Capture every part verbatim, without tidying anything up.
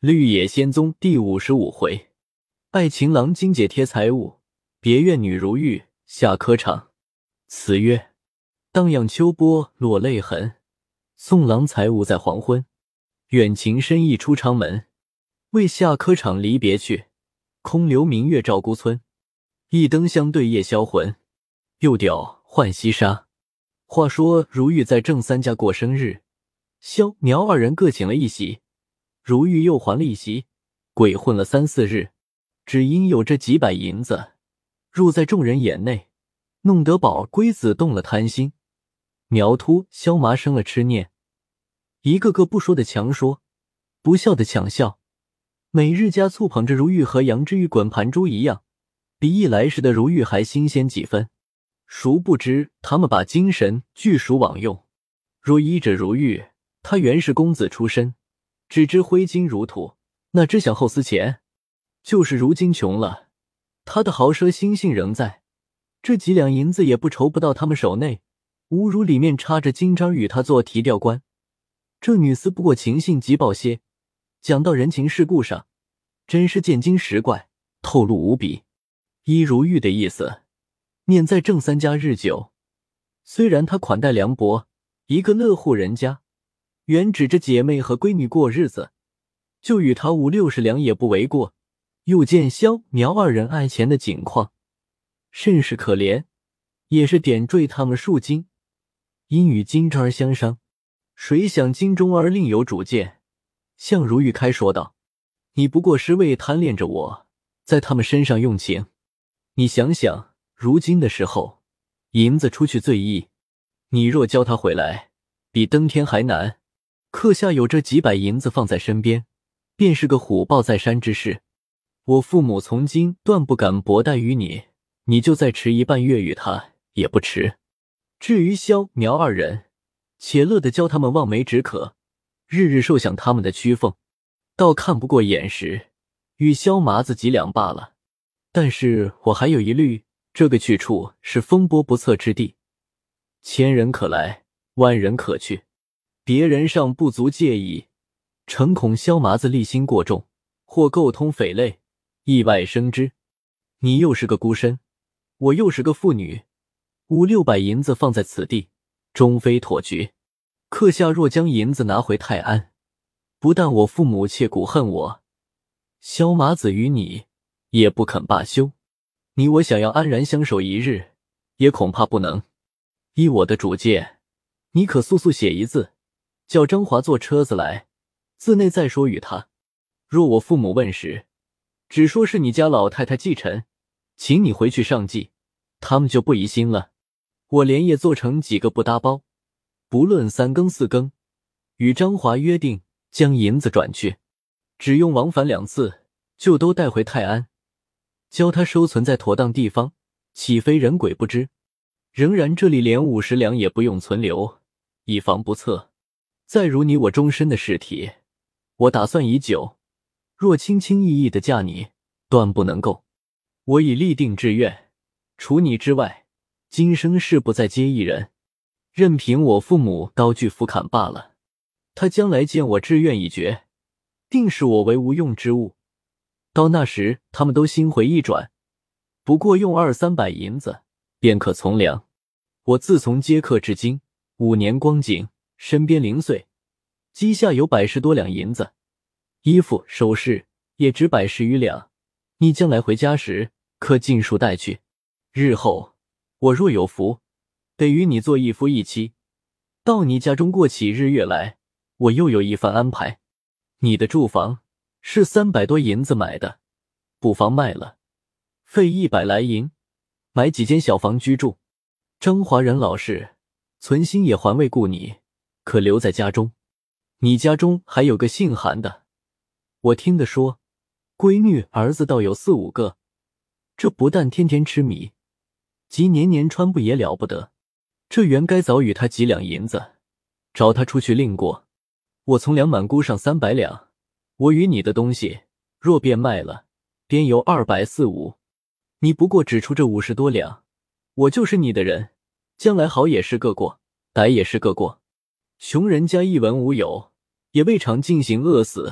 绿野仙踪第五十五回，爱情郎金姐贴财物，别院女如玉下科场。词曰：荡漾秋波落泪痕，送郎财物在黄昏。远情深意出昌门，为下科场离别去。空留明月照孤村，一灯相对夜销魂。又调浣溪沙。话说如玉在郑三家过生日，萧苗二人各请了一席，如玉又还了一席，鬼混了三四日，只因有这几百银子入在众人眼内，弄得宝龟子动了贪心，苗秃萧麻生了痴念，一个个不说的强说，不笑的抢笑，每日家醋捧着如玉和杨之玉滚盘珠一样，比一来时的如玉还新鲜几分。殊不知他们把精神俱属枉用，若依着如玉，他原是公子出身，只知挥金如土，那只想后思前。就是如今穷了，他的豪奢心性仍在，这几两银子也不筹不到他们手内，侮辱里面插着金章与他做提调官。这女厮不过情性极暴些，讲到人情世故上，真是见精识怪，透露无比。依如玉的意思，念在郑三家日久，虽然他款待凉薄，一个乐户人家，原指着姐妹和闺女过日子，就与他五六十两也不为过。又见萧苗二人爱钱的景况，甚是可怜，也是点缀他们数金，因与金章儿相伤。谁想金钟儿另有主见，向如玉开说道：你不过是为贪恋着我，在他们身上用情。你想想如今的时候，银子出去最易，你若教他回来，比登天还难。刻下有这几百银子放在身边，便是个虎豹在山之事。我父母从今断不敢薄待于你，你就再迟一半月与他也不迟。至于萧苗二人，且乐得教他们望梅止渴，日日受享他们的屈奉，倒看不过眼时，与萧麻子几两罢了。但是我还有一虑，这个去处是风波不测之地，千人可来，万人可去，别人尚不足介意，诚恐萧麻子立心过重，或构通匪类，意外生之。你又是个孤身，我又是个妇女，五六百银子放在此地，终非妥局。刻下若将银子拿回泰安，不但我父母切骨恨我，萧麻子与你也不肯罢休。你我想要安然相守一日，也恐怕不能。依我的主见，你可速速写一字，叫张华坐车子来，字内再说与他。若我父母问时，只说是你家老太太忌臣，请你回去上计，他们就不疑心了。我连夜做成几个布搭包，不论三更四更，与张华约定将银子转去，只用往返两次，就都带回泰安，教他收存在妥当地方，岂非人鬼不知。仍然这里连五十两也不用存留，以防不测。再如你我终身的事体，我打算已久，若轻轻易易的嫁你，断不能够。我已立定志愿，除你之外，今生事不再接一人，任凭我父母刀锯斧砍罢了。他将来见我志愿已决，定视我为无用之物，到那时他们都心回意转，不过用二三百银子便可从良。我自从接客至今五年光景，身边零碎，积下有百十多两银子，衣服首饰也只百十余两，你将来回家时可尽数带去。日后我若有福，得与你做一夫一妻，到你家中过起日月来，我又有一番安排。你的住房是三百多银子买的，不妨卖了，费一百来银，买几间小房居住。张华人老实，存心也还未顾你，可留在家中。你家中还有个姓韩的，我听得说，闺女儿子倒有四五个，这不但天天吃米，即年年穿布也了不得。这原该早与他几两银子，找他出去另过。我从粮满估上三百两，我与你的东西若变卖了，便有二百四五。你不过只出这五十多两，我就是你的人，将来好也是个过，歹也是个过。穷人家一文无有，也未尝尽行饿死，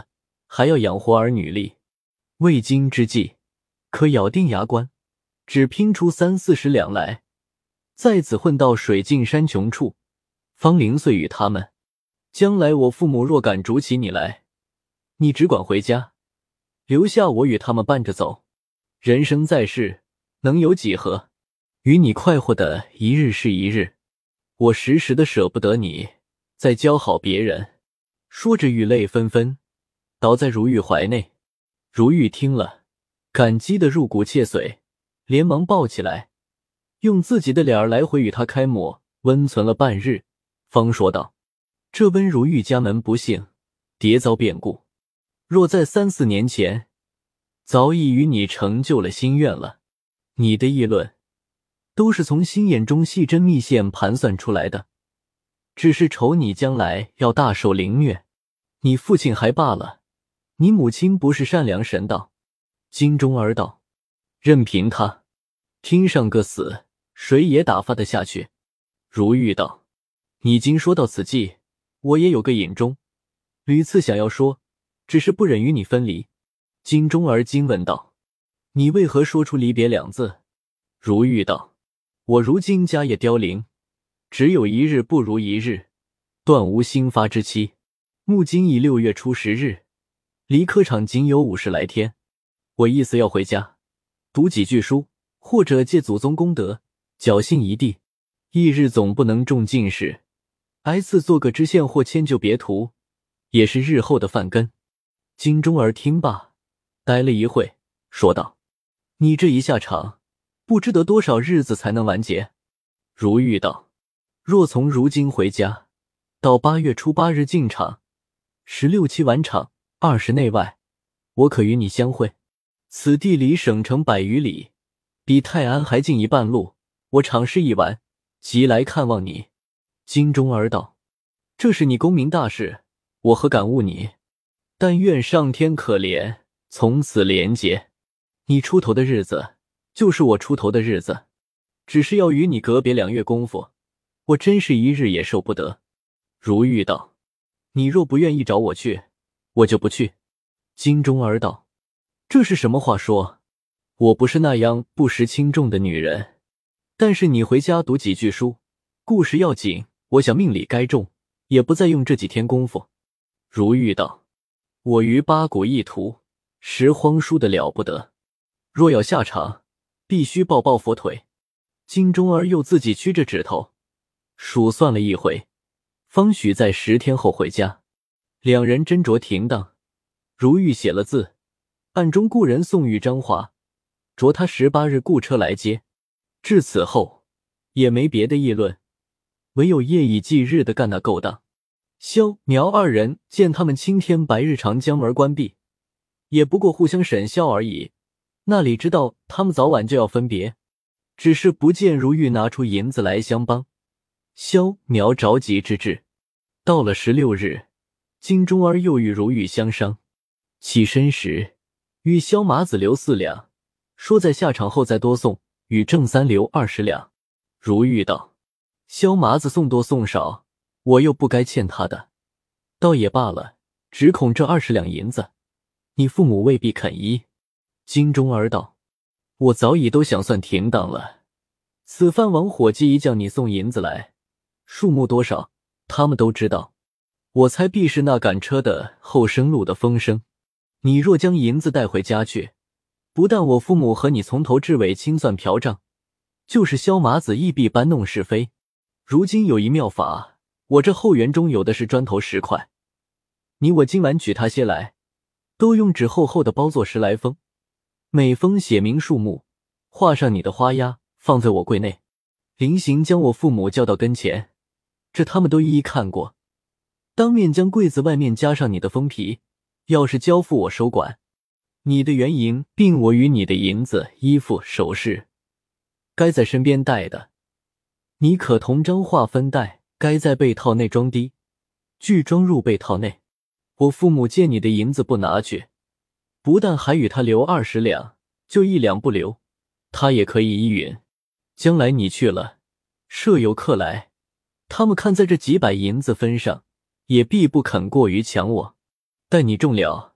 还要养活儿女力。未经之计，可咬定牙关，只拼出三四十两来，在此混到水尽山穷处，方零碎与他们。将来我父母若敢逐起你来，你只管回家，留下我与他们伴着走。人生在世，能有几何？与你快活的一日是一日，我时时的舍不得你再教好别人。说着欲泪纷纷，倒在如玉怀内。如玉听了，感激得入骨切髓，连忙抱起来，用自己的脸儿来回与他开抹，温存了半日，方说道：这温如玉家门不幸，迭遭变故，若在三四年前，早已与你成就了心愿了。你的议论都是从心眼中细针密线盘算出来的，只是愁你将来要大受凌虐。你父亲还罢了，你母亲不是善良神道。金钟儿道：任凭他，听上个死，谁也打发得下去。如玉道：你今说到此际，我也有个隐衷，屡次想要说，只是不忍与你分离。金钟儿惊问道：你为何说出离别两字？如玉道：我如今家业凋零，只有一日不如一日，断无兴发之期。目今已六月初十日，离科场仅有五十来天，我意思要回家读几句书，或者借祖宗功德侥幸一地，翌日总不能中进士，挨次做个知县或迁就别图，也是日后的饭根。金钟儿听罢，呆了一会，说道：你这一下场，不知得多少日子才能完结？如玉道：若从如今回家，到八月初八日进场，十六七晚场，二十内外，我可与你相会。此地离省城百余里，比泰安还近一半路，我尝试一晚，即来看望你。金钟儿道：这是你功名大事，我何敢误你？但愿上天可怜，从此连结。你出头的日子，就是我出头的日子，只是要与你隔别两月功夫，我真是一日也受不得。如玉道：你若不愿意找我去，我就不去。金钟儿道：这是什么话说？我不是那样不识轻重的女人，但是你回家读几句书，故事要紧，我想命里该重，也不再用这几天功夫。如玉道：我于八股一途，拾荒书的了不得，若要下场，必须抱抱佛腿。金钟儿又自己屈着指头数算了一回，方许在十天后回家。两人斟酌停当，如玉写了字，暗中雇人送与张华，着他十八日雇车来接。至此后也没别的议论，唯有夜以继日的干那勾当。萧苗二人见他们青天白日长将门关闭，也不过互相审笑而已，那里知道他们早晚就要分别，只是不见如玉拿出银子来相帮。萧苗着急之至，到了十六日，金钟儿又与如玉相商，起身时与萧麻子留四两，说在下场后再多送，与郑三留二十两。如玉道：萧麻子送多送少，我又不该欠他的，倒也罢了，只恐这二十两银子，你父母未必肯依。金钟儿道：我早已都想算停当了，此番王伙计一叫你送银子来，数目多少他们都知道，我猜必是那赶车的后生路的风声。你若将银子带回家去，不但我父母和你从头至尾清算嫖账，就是萧麻子亦必搬弄是非。如今有一妙法，我这后园中有的是砖头石块，你我今晚取他些来，都用纸厚厚的包作十来封，每封写明数目，画上你的花押，放在我柜内。临行将我父母叫到跟前，这他们都一一看过，当面将柜子外面加上你的封皮，要是交付我收管。你的原银并我与你的银子、衣服、首饰，该在身边带的，你可同章划分带，该在被套内装滴，俱装入被套内。我父母见你的银子不拿去，不但还与他留二十两，就一两不留，他也可以依允。将来你去了，设有客来，他们看在这几百银子分上，也必不肯过于抢我。待你中了，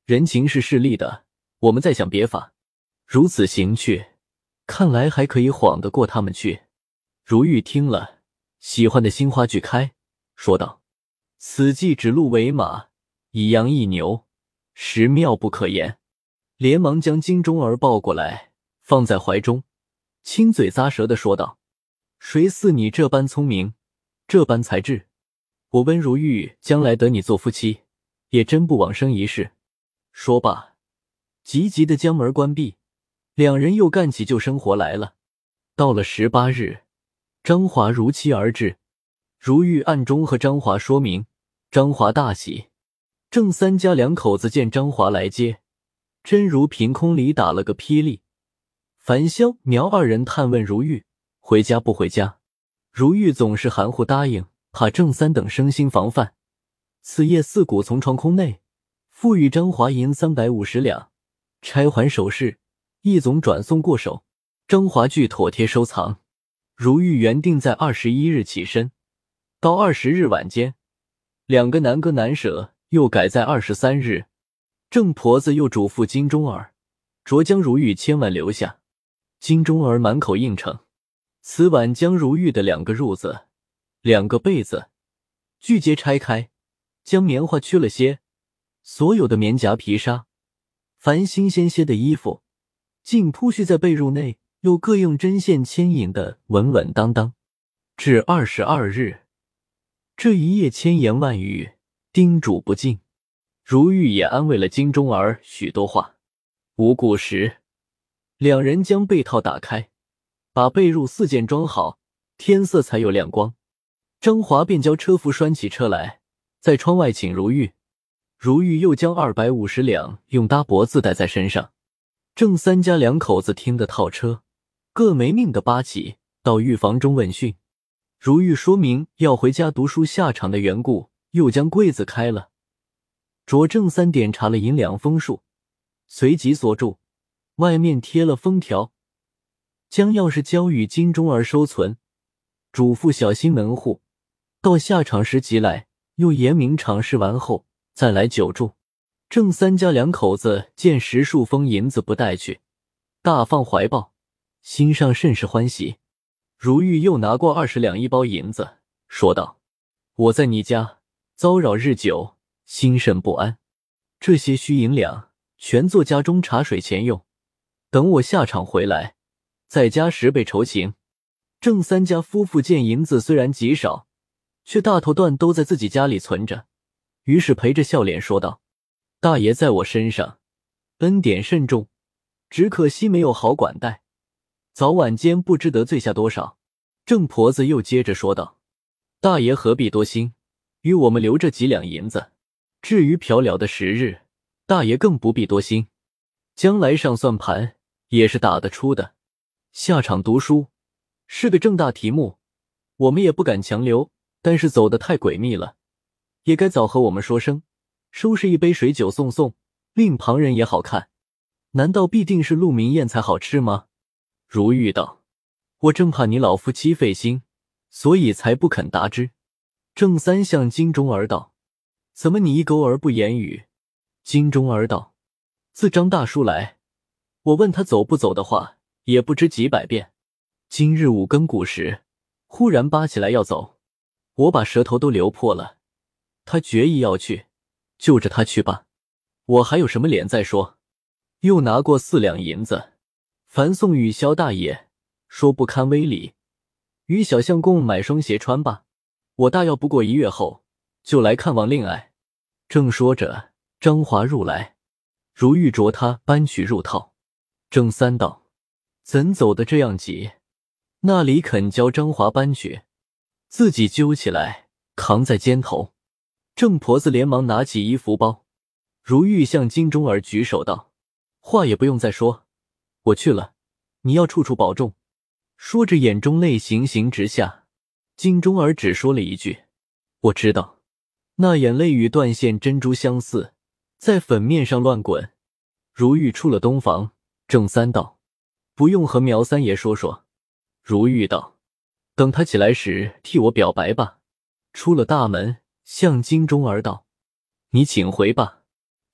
人情是势利的，我们再想别法，如此行去，看来还可以晃得过他们去。如玉听了，喜欢的心花俱开，说道：此计指鹿为马，以羊易牛，实妙不可言。连忙将金钟儿抱过来，放在怀中，亲嘴咂舌地说道：谁似你这般聪明，这般才智，我温如玉将来得你做夫妻，也真不枉生一世。说罢，急急地将门关闭，两人又干起旧生活来了。到了十八日，张华如期而至，如玉暗中和张华说明，张华大喜。郑三家两口子见张华来接，真如凭空里打了个霹雳。樊潇、苗二人探问如玉回家不回家，如玉总是含糊答应，怕郑三等生心防范。此夜四股从床空内付予张华银三百五十两，拆还首饰，一总转送过手。张华具妥帖收藏。如玉原定在二十一日起身，到二十日晚间，两个难割难舍，又改在二十三日。郑婆子又嘱咐金钟儿，着将如玉千万留下。金钟儿满口应承。此晚将如玉的两个褥子、两个被子俱皆拆开，将棉花去了些，所有的棉夹皮纱，凡新鲜些的衣服，尽铺叙在被褥内，又各用针线牵引的稳稳当当。至二十二日，这一夜千言万语，叮嘱不尽。如玉也安慰了金钟儿许多话。无故时，两人将被套打开，把被褥四件装好，天色才有亮光。张华便叫车夫拴起车来，在窗外请如玉。如玉又将二百五十两用搭脖自带在身上。郑三家两口子听得套车，各没命的扒起，到寓房中问讯。如玉说明要回家读书下场的缘故，又将柜子开了，着郑三点查了银两封数，随即锁住，外面贴了封条，将钥匙交与金钟儿收存，嘱咐小心门户，到下场时即来，又言明场试完后再来久住。郑三家两口子见十数封银子不带去，大放怀抱，心上甚是欢喜。如玉又拿过二十两一包银子，说道：我在你家遭扰日久，心甚不安，这些虚银两全做家中茶水钱用，等我下场回来，再加十倍酬情。郑三家夫妇见银子虽然极少，却大头段都在自己家里存着，于是陪着笑脸说道：大爷在我身上恩典甚重，只可惜没有好管待，早晚间不知得罪下多少。郑婆子又接着说道：大爷何必多心，与我们留这几两银子，至于嫖聊的时日，大爷更不必多心，将来上算盘也是打得出的。下场读书是个正大题目，我们也不敢强留，但是走得太诡秘了，也该早和我们说声，收拾一杯水酒送送，令旁人也好看。难道必定是鹿鸣宴才好吃吗？如玉道：我正怕你老夫妻费心，所以才不肯答之。郑三向金钟儿道：怎么你一勾而不言语？金钟儿道：自张大叔来，我问他走不走的话，也不知几百遍。今日五更鼓时，忽然扒起来要走，我把舌头都流破了。他决意要去，就着他去吧，我还有什么脸再说？又拿过四两银子，凡送与萧大爷，说不堪微礼，与小相公买双鞋穿吧。我大要不过一月后，就来看望令爱。正说着，张华入来，如玉着他搬取入套。郑三道：怎走得这样急？那里肯教张华搬取，自己揪起来扛在肩头。郑婆子连忙拿起衣服包。如玉向金钟儿举手道：话也不用再说，我去了，你要处处保重。说着眼中泪行行直下。金钟儿只说了一句：我知道。那眼泪与断线珍珠相似，在粉面上乱滚。如玉出了东房。郑三道：不用和苗三爷说说。如玉道：等他起来时替我表白吧。出了大门，向金钟儿道：你请回吧。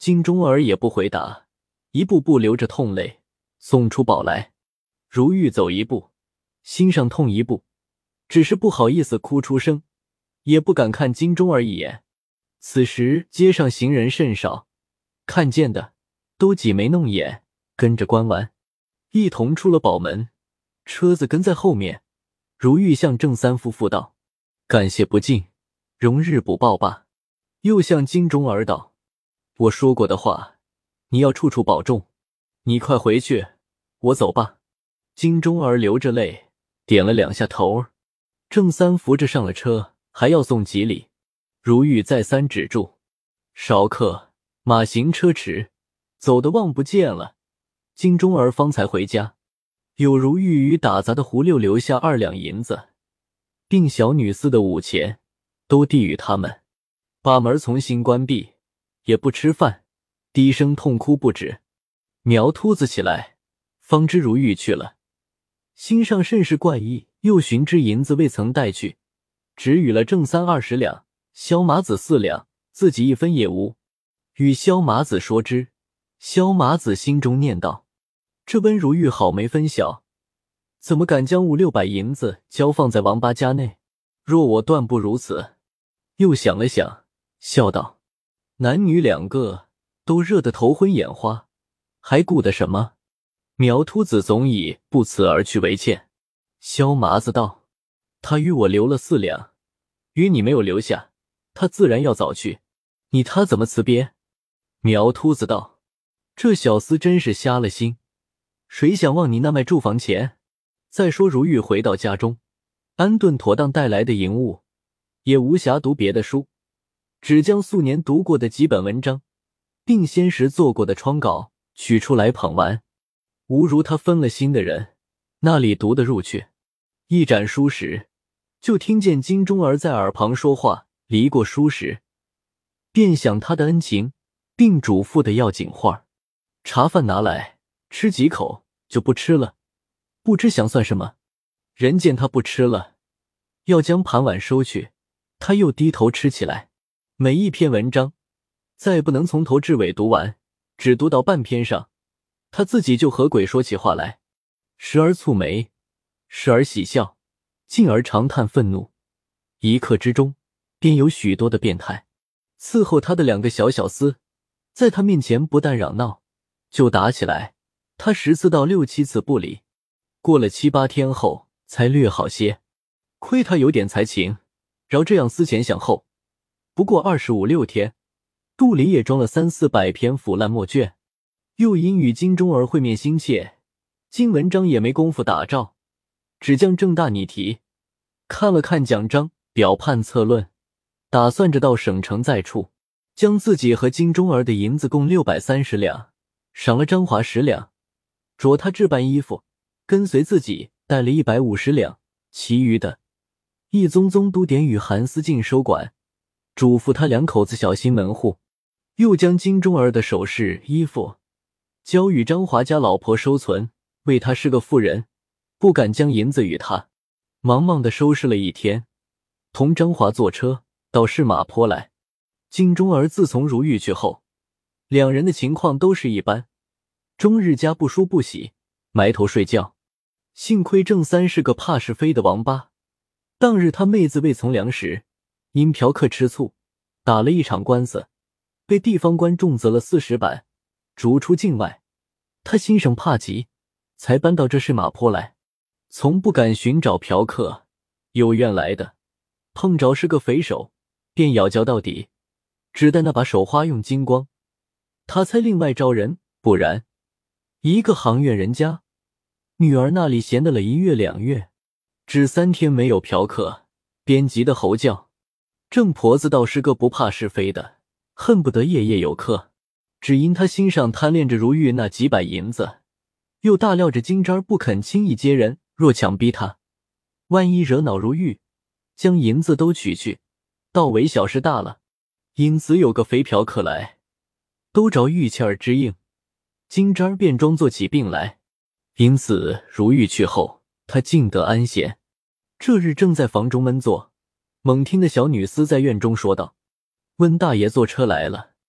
金钟儿也不回答，一步步流着痛泪送出宝来。如玉走一步，心上痛一步，只是不好意思哭出声，也不敢看金钟儿一眼。此时街上行人甚少，看见的都挤眉弄眼，跟着观玩。一同出了宝门，车子跟在后面。如玉向郑三夫妇道：感谢不尽，容日补报吧。又向金钟儿道：我说过的话，你要处处保重，你快回去，我走吧。金钟儿流着泪点了两下头。郑三扶着上了车，还要送几里。如玉再三止住。少客，马行车迟，走得望不见了。金钟儿方才回家，有如玉与打杂的胡六留下二两银子，并小女司的五钱，都递与他们。把门从新关闭，也不吃饭，低声痛哭不止。苗秃子起来，方知如玉去了，心上甚是怪异，又寻知银子未曾带去，只与了郑三二十两，萧麻子四两，自己一分也无。与萧麻子说之，萧麻子心中念道：这温如玉好没分晓，怎么敢将五六百银子交放在王八家内？若我断不如此。又想了想，笑道：男女两个都热得头昏眼花，还顾得什么？苗秃子总以不辞而去为歉。萧麻子道：他与我留了四两，与你没有留下，他自然要早去，你他怎么辞别？苗秃子道：这小厮真是瞎了心，谁想忘你那卖住房钱？再说如玉回到家中，安顿妥当带来的银物，也无暇读别的书，只将素年读过的几本文章，并先时做过的窗稿取出来捧完。无如他分了心的人，那里读得入去？一展书时，就听见金钟儿在耳旁说话，离过书时，便想他的恩情，并嘱咐的要紧话。茶饭拿来，吃几口就不吃了，不知想算什么。人见他不吃了，要将盘碗收去，他又低头吃起来。每一篇文章再不能从头至尾读完，只读到半篇上，他自己就和鬼说起话来，时而蹙眉，时而喜笑，进而长叹愤怒。一刻之中便有许多的变态。伺候他的两个小小厮在他面前不但嚷闹，就打起来，他十次到六七次不理。过了七八天后才略好些，亏他有点才情，饶这样思前想后。不过二十五六天，肚里也装了三四百篇腐烂墨卷。又因与金钟儿会面心切，金文章也没工夫打照，只将正大拟题，看了看奖章，表判策论，打算着到省城再处，将自己和金钟儿的银子共六百三十两，赏了张华十两，着他置办衣服，跟随自己带了一百五十两，其余的一宗宗都点与韩思静收管，嘱咐他两口子小心门户。又将金钟儿的首饰衣服交与张华家老婆收存，为他是个妇人，不敢将银子与他。忙忙地收拾了一天，同张华坐车到市马坡来。金钟儿自从如玉去后，两人的情况都是一般，终日家不梳不洗，埋头睡觉。幸亏郑三是个怕是非的王八，当日他妹子未从良时，因嫖客吃醋，打了一场官司，被地方官重责了四十板，逐出境外。他心生怕极，才搬到这市马坡来，从不敢寻找嫖客，有愿来的碰着是个匪首，便咬嚼到底，只待那把手花用精光，他才另外招人。不然一个行院人家女儿那里闲得了一月两月，只三天没有嫖客，便急得吼叫。郑婆子倒是个不怕是非的，恨不得夜夜有客，只因他心上贪恋着如玉那几百银子，又大料着金吒不肯轻易接人，若强逼他，万一惹恼如玉，将银子都取去，倒为小事大了。因此有个肥嫖客来，都着玉气儿之应，金吒便装作起病来。因此如玉去后，他静得安闲。这日正在房中闷坐，猛听的小女司在院中说道：温大爷坐车来了。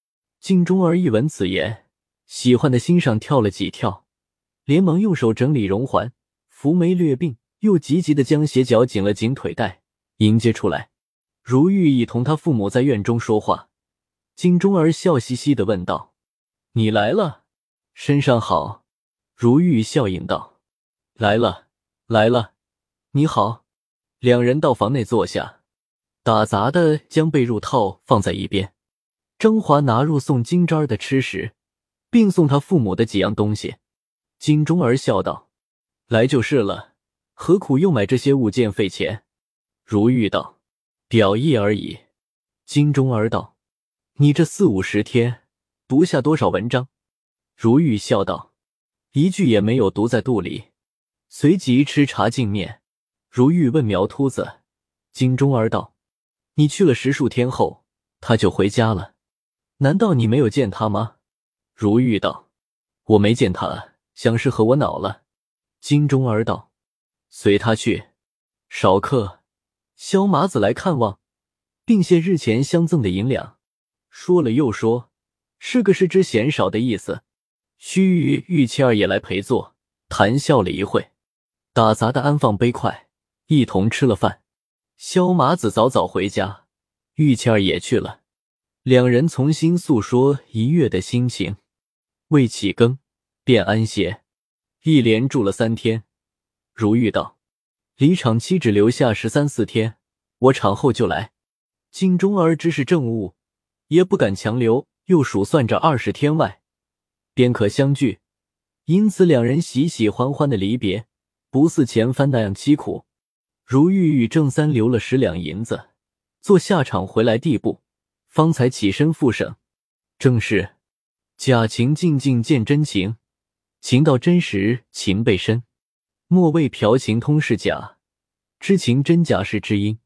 镜中儿一闻此言，喜欢的心上跳了几跳，连忙用手整理绒环，拂眉略鬓，又急急地将鞋脚紧了紧腿带，迎接出来。如玉已同他父母在院中说话，镜中儿笑嘻嘻地问道：你来了，身上好？如玉笑应道：来了，来了，你好。两人到房内坐下，打杂的将被褥套放在一边，张华拿入送金吒儿的吃食，并送他父母的几样东西。金钟儿笑道：来就是了，何苦又买这些物件费钱？如玉道：表意而已。金钟儿道：你这四五十天读下多少文章？如玉笑道：一句也没有读在肚里。随即吃茶敬面。如玉问苗秃子，金钟儿道：你去了十数天后，他就回家了，难道你没有见他吗？如玉道：我没见他，想是和我恼了。金钟儿道：随他去。少客，萧麻子来看望，并谢日前相赠的银两。说了又说，是个失之嫌少的意思。须臾玉妻儿也来陪坐，谈笑了一会，打杂的安放杯筷，一同吃了饭。萧麻子早早回家，玉妻儿也去了，两人重新诉说一月的心情。未起更，便安歇，一连住了三天。如玉道：离场期只留下十三四天，我场后就来。金钟儿知是政务，也不敢强留，又数算着二十天外便可相聚，因此两人喜喜欢欢的离别，不似前番那样凄苦。如玉与郑三留了十两银子，做下场回来地步，方才起身复省。正是假情静静见真情，情到真时情倍深。莫谓嫖情通是假，知情真假是知音。